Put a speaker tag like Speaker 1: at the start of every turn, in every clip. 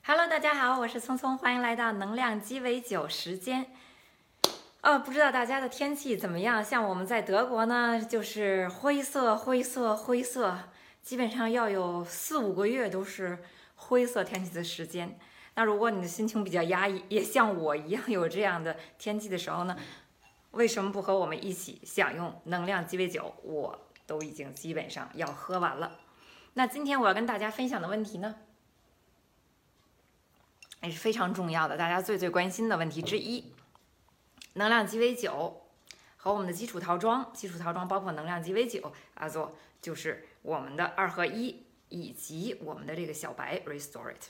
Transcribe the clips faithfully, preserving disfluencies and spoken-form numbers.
Speaker 1: Hello，大家好，我是聪聪，欢迎来到能量鸡尾酒时间。哦，不知道大家的天气怎么样？像我们在德国呢，就是灰色、灰色、灰色，基本上要有四五个月都是灰色天气的时间。那如果你的心情比较压抑，也像我一样有这样的天气的时候呢，为什么不和我们一起享用能量鸡尾酒？我都已经基本上要喝完了。那今天我要跟大家分享的问题呢？也是非常重要的，大家最最关心的问题之一。能量鸡尾酒和我们的基础套装，基础套装包括能量鸡尾酒，阿做就是我们的二合一，以及我们的这个小白 Restore It。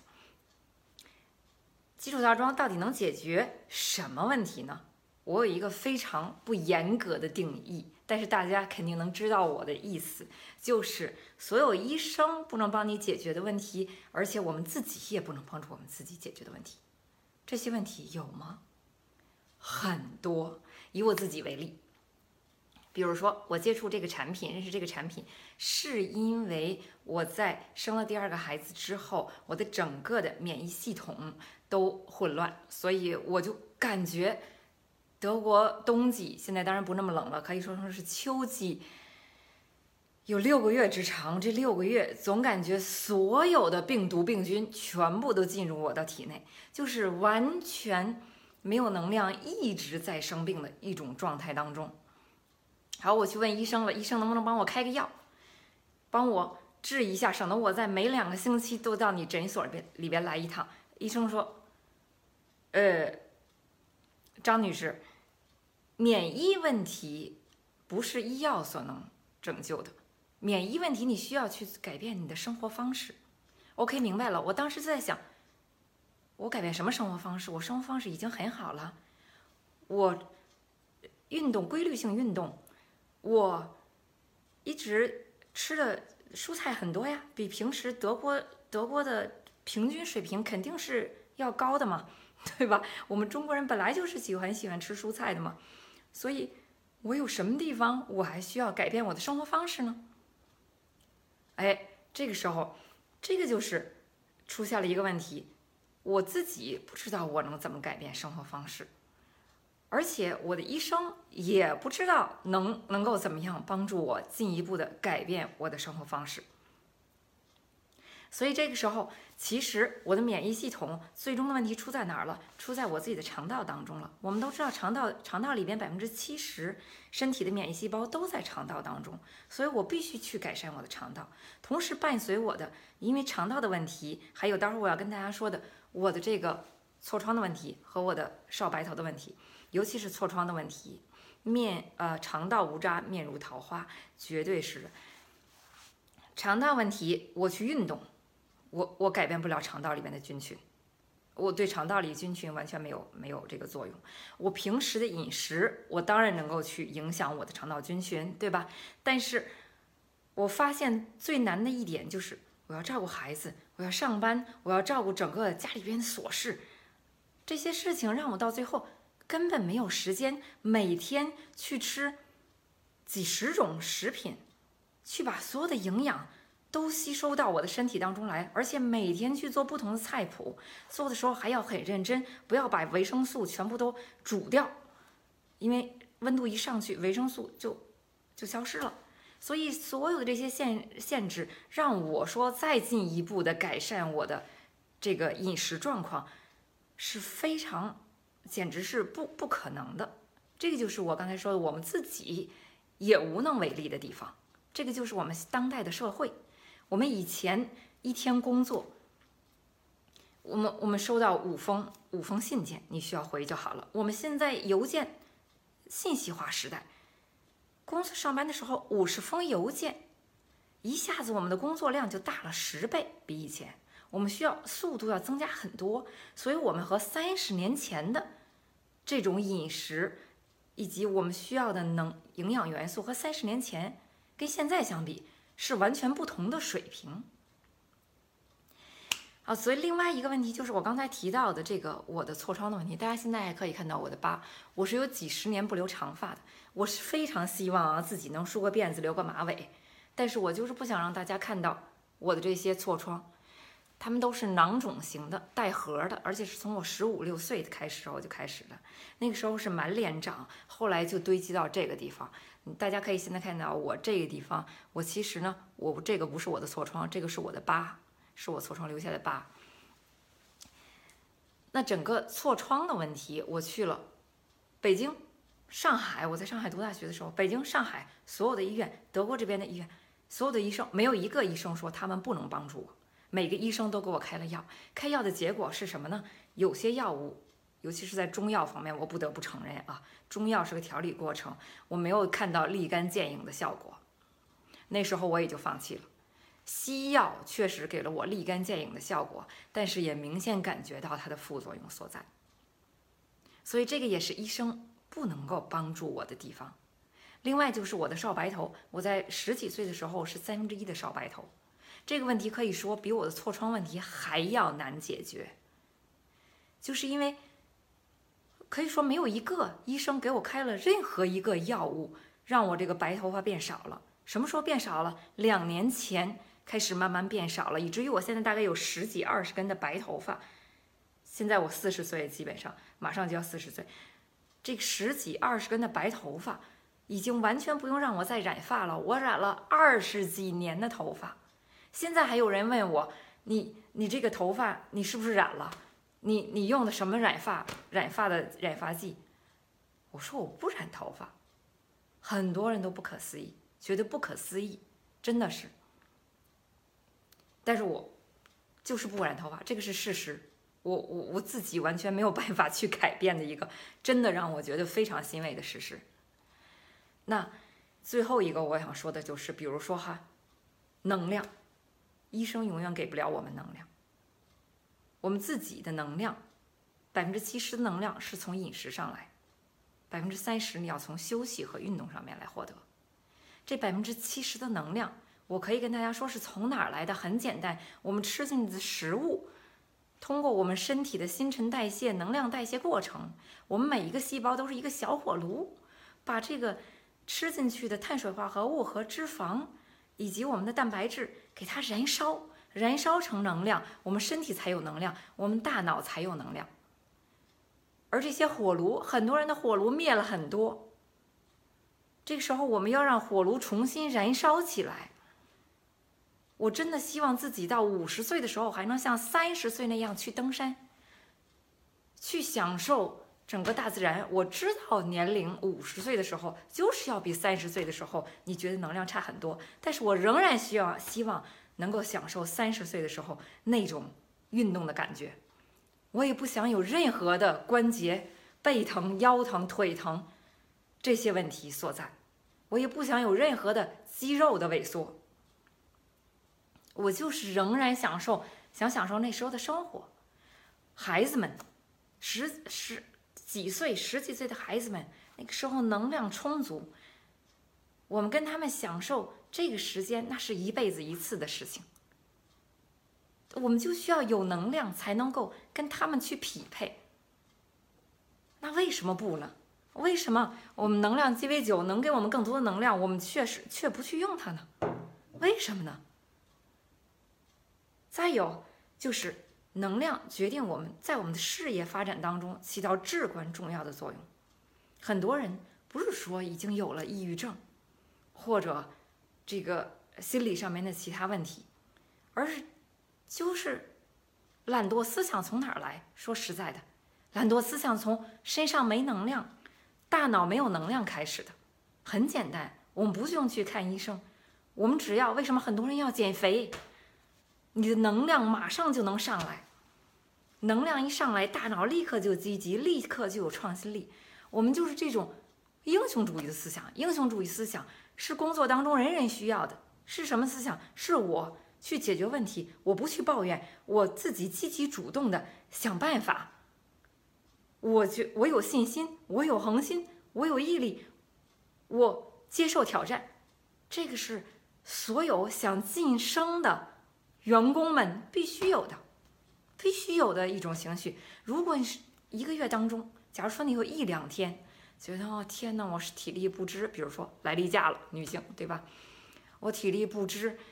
Speaker 1: 基础套装到底能解决什么问题呢？我有一个非常不严格的定义，但是大家肯定能知道我的意思，就是所有医生不能帮你解决的问题，而且我们自己也不能帮助我们自己解决的问题。这些问题有吗？很多。以我自己为例，比如说我接触这个产品，认识这个产品，是因为我在生了第二个孩子之后，我的整个的免疫系统都混乱，所以我就感觉德国冬季现在当然不那么冷了，可以说成是秋季，有六个月之长。这六个月总感觉所有的病毒病菌全部都进入我的体内，就是完全没有能量，一直在生病的一种状态当中。好，我去问医生了，医生能不能帮我开个药，帮我治一下，省得我在每两个星期都到你诊所里边里边来一趟。医生说，呃，张女士，免疫问题不是医药所能拯救的，免疫问题你需要去改变你的生活方式。OK， 明白了。我当时在想，我改变什么生活方式？我生活方式已经很好了，我运动，规律性运动，我一直吃的蔬菜很多呀，比平时德国德国的平均水平肯定是要高的嘛，对吧？我们中国人本来就是喜欢喜欢吃蔬菜的嘛，所以我有什么地方我还需要改变我的生活方式呢？哎，这个时候，这个就是出现了一个问题，我自己不知道我能怎么改变生活方式，而且我的医生也不知道能能够怎么样帮助我进一步的改变我的生活方式。所以这个时候，其实我的免疫系统最终的问题出在哪儿了？出在我自己的肠道当中了。我们都知道肠道肠道里边百分之七十身体的免疫细胞都在肠道当中，所以我必须去改善我的肠道。同时伴随我的，因为肠道的问题，还有待会儿我要跟大家说的我的这个痤疮的问题和我的少白头的问题，尤其是痤疮的问题，面呃肠道无渣，面如桃花，绝对是的。肠道问题，我去运动。我我改变不了肠道里面的菌群，我对肠道里菌群完全没有没有这个作用。我平时的饮食，我当然能够去影响我的肠道菌群，对吧？但是我发现最难的一点就是，我要照顾孩子，我要上班，我要照顾整个家里边的琐事，这些事情让我到最后根本没有时间每天去吃几十种食品，去把所有的营养都吸收到我的身体当中来，而且每天去做不同的菜谱，做的时候还要很认真，不要把维生素全部都煮掉，因为温度一上去，维生素就就消失了。所以所有的这些限限制，让我说再进一步的改善我的这个饮食状况，是非常，简直是不不可能的。这个就是我刚才说的，我们自己也无能为力的地方。这个就是我们当代的社会。我们以前一天工作，我们我们收到五封五封信件，你需要回就好了。我们现在邮件信息化时代，公司上班的时候五十封邮件，一下子我们的工作量就大了十倍，比以前我们需要速度要增加很多。所以我们和三十年前的这种饮食以及我们需要的能营养元素和三十年前跟现在相比，是完全不同的水平。好，所以另外一个问题就是我刚才提到的这个我的痤疮的问题。大家现在可以看到我的疤，我是有几十年不留长发的，我是非常希望啊自己能梳个辫子留个马尾，但是我就是不想让大家看到我的这些痤疮。 它们都是囊肿型的，带核的，而且是从我十五六岁开始时候就开始了。那个时候是满脸长，后来就堆积到这个地方。大家可以现在看到我这个地方，我其实呢，我这个不是我的痤疮，这个是我的疤，是我痤疮留下的疤。那整个痤疮的问题，我去了北京、上海，我在上海读大学的时候，北京、上海所有的医院，德国这边的医院，所有的医生没有一个医生说他们不能帮助我，每个医生都给我开了药。开药的结果是什么呢？有些药物，尤其是在中药方面，我不得不承认啊，中药是个调理过程，我没有看到立竿见影的效果，那时候我也就放弃了。西药确实给了我立竿见影的效果，但是也明显感觉到它的副作用所在，所以这个也是医生不能够帮助我的地方。另外就是我的少白头，我在十几岁的时候是三分之一的少白头，这个问题可以说比我的痤疮问题还要难解决，就是因为可以说没有一个医生给我开了任何一个药物让我这个白头发变少了。什么时候变少了？两年前开始慢慢变少了，以至于我现在大概有十几二十根的白头发。现在我四十岁，基本上马上就要四十岁，这十几二十根的白头发已经完全不用让我再染发了。我染了二十几年的头发，现在还有人问我，你你这个头发你是不是染了？你你用的什么染发染发的染发剂？我说我不染头发，很多人都不可思议，觉得不可思议，真的是。但是我就是不染头发，这个是事实，我我我自己完全没有办法去改变的一个真的让我觉得非常欣慰的事实。那最后一个我想说的就是，比如说哈，能量，医生永远给不了我们能量，我们自己的能量，百分之七十的能量是从饮食上来，百分之三十你要从休息和运动上面来获得。这百分之七十的能量，我可以跟大家说是从哪儿来的？很简单，我们吃进去的食物，通过我们身体的新陈代谢、能量代谢过程，我们每一个细胞都是一个小火炉，把这个吃进去的碳水化合物和脂肪，以及我们的蛋白质，给它燃烧，燃烧成能量，我们身体才有能量，我们大脑才有能量。而这些火炉，很多人的火炉灭了很多，这个时候我们要让火炉重新燃烧起来。我真的希望自己到五十岁的时候还能像三十岁那样去登山，去享受整个大自然。我知道年龄五十岁的时候就是要比三十岁的时候你觉得能量差很多，但是我仍然需要希望能够享受三十岁的时候那种运动的感觉。我也不想有任何的关节背疼、腰疼、腿疼这些问题所在，我也不想有任何的肌肉的萎缩。我就是仍然享受，想享受那时候的生活。孩子们，十十几岁、十几岁的孩子们，那个时候能量充足，我们跟他们享受这个时间，那是一辈子一次的事情。我们就需要有能量，才能够跟他们去匹配。那为什么不呢？为什么我们能量鸡尾酒能给我们更多的能量，我们确实却不去用它呢？为什么呢？再有就是能量决定我们在我们的事业发展当中起到至关重要的作用。很多人不是说已经有了抑郁症或者这个心理上面的其他问题，而是就是懒惰思想从哪儿来？说实在的，懒惰思想从身上没能量、大脑没有能量开始的。很简单，我们不用去看医生，我们只要为什么很多人要减肥？你的能量马上就能上来，能量一上来，大脑立刻就积极，立刻就有创新力。我们就是这种英雄主义的思想，英雄主义思想是工作当中人人需要的。是什么思想？是我去解决问题，我不去抱怨，我自己积极主动的想办法。我觉我有信心，我有恒心，我有毅力，我接受挑战。这个是所有想晋升的员工们必须有的，必须有的一种情绪。如果你是一个月当中，假如说你有一两天觉得哦天哪，我是体力不支，比如说来例假了，女性对吧？我体力不支，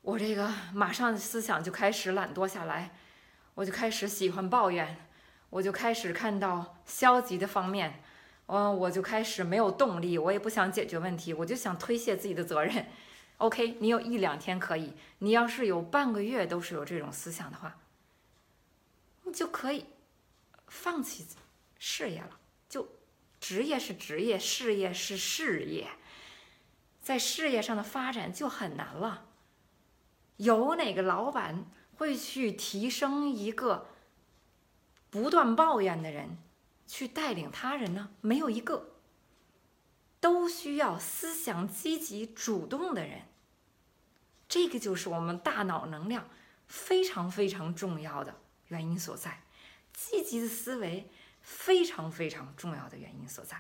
Speaker 1: 我这个马上思想就开始懒惰下来，我就开始喜欢抱怨，我就开始看到消极的方面，嗯，我就开始没有动力，我也不想解决问题，我就想推卸自己的责任。OK， 你有一两天可以，你要是有半个月都是有这种思想的话，你就可以放弃事业了。就职业是职业，事业是事业，在事业上的发展就很难了。有哪个老板会去提升一个不断抱怨的人去带领他人呢？没有一个。都需要思想积极主动的人，这个就是我们大脑能量非常非常重要的原因所在，积极的思维非常非常重要的原因所在。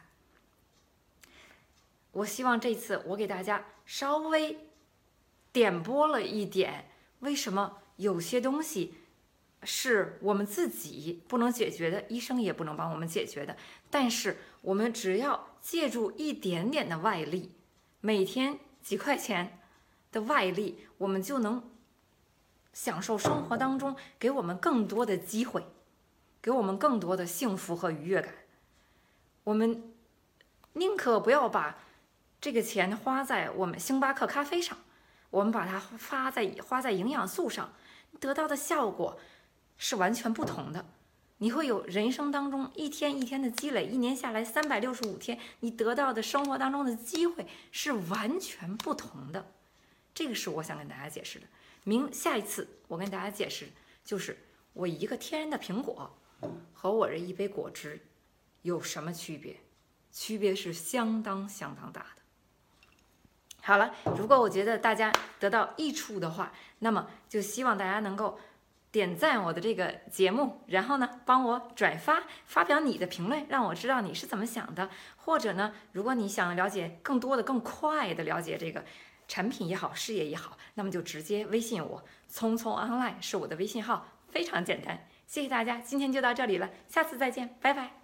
Speaker 1: 我希望这次我给大家稍微点拨了一点，为什么有些东西是我们自己不能解决的，医生也不能帮我们解决的，但是我们只要借助一点点的外力，每天几块钱的外力，我们就能享受生活当中给我们更多的机会，给我们更多的幸福和愉悦感。我们宁可不要把这个钱花在我们星巴克咖啡上，我们把它花在花在营养素上，得到的效果是完全不同的。你会有人生当中一天一天的积累，一年下来三百六十五天，你得到的生活当中的机会是完全不同的。这个是我想跟大家解释的。明下一次我跟大家解释，就是我一个天然的苹果和我这一杯果汁有什么区别？区别是相当相当大的。好了，如果我觉得大家得到益处的话，那么就希望大家能够点赞我的这个节目，然后呢，帮我转发，发表你的评论，让我知道你是怎么想的。或者呢，如果你想了解更多的、更快的了解这个产品也好，事业也好，那么就直接微信我，聪聪 online 是我的微信号，非常简单。谢谢大家，今天就到这里了，下次再见，拜拜。